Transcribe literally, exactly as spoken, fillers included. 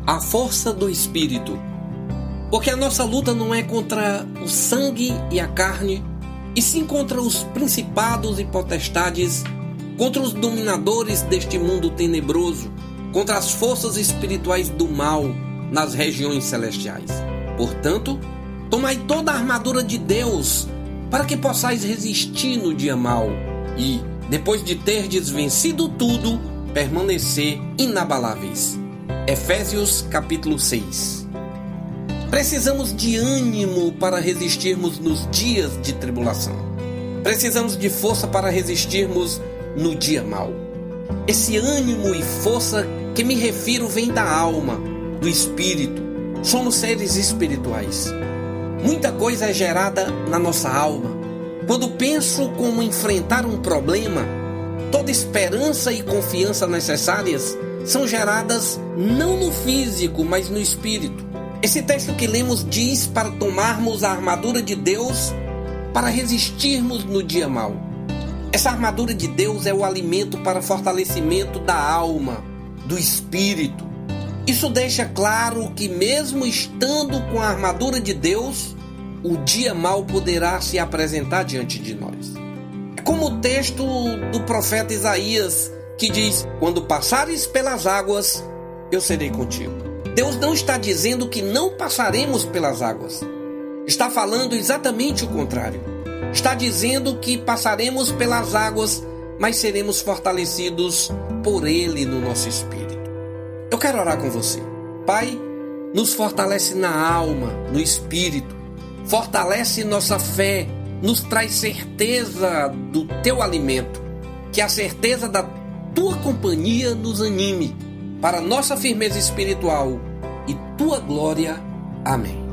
A força do Espírito. Porque a nossa luta não é contra o sangue e a carne, e sim contra os principados e potestades, contra os dominadores deste mundo tenebroso, contra as forças espirituais do mal nas regiões celestiais. Portanto, tomai toda a armadura de Deus, para que possais resistir no dia mau, e, depois de terdes vencido tudo, permanecer inabaláveis. Efésios capítulo seis. Precisamos de ânimo para resistirmos nos dias de tribulação. Precisamos de força para resistirmos no dia mau. Esse ânimo e força que me refiro vem da alma, do espírito. Somos seres espirituais. Muita coisa é gerada na nossa alma. Quando penso como enfrentar um problema, toda esperança e confiança necessárias são geradas não no físico, mas no espírito. Esse texto que lemos diz para tomarmos a armadura de Deus para resistirmos no dia mau. Essa armadura de Deus é o alimento para fortalecimento da alma, do espírito. Isso deixa claro que mesmo estando com a armadura de Deus, o dia mau poderá se apresentar diante de nós. É como o texto do profeta Isaías que diz: quando passares pelas águas, eu serei contigo. Deus não está dizendo que não passaremos pelas águas. Está falando exatamente o contrário. Está dizendo que passaremos pelas águas, mas seremos fortalecidos por Ele no nosso espírito. Eu quero orar com você. Pai, nos fortalece na alma, no espírito. Fortalece nossa fé. Nos traz certeza do Teu alimento. Que a certeza da Tua companhia nos anime para nossa firmeza espiritual e Tua glória. Amém.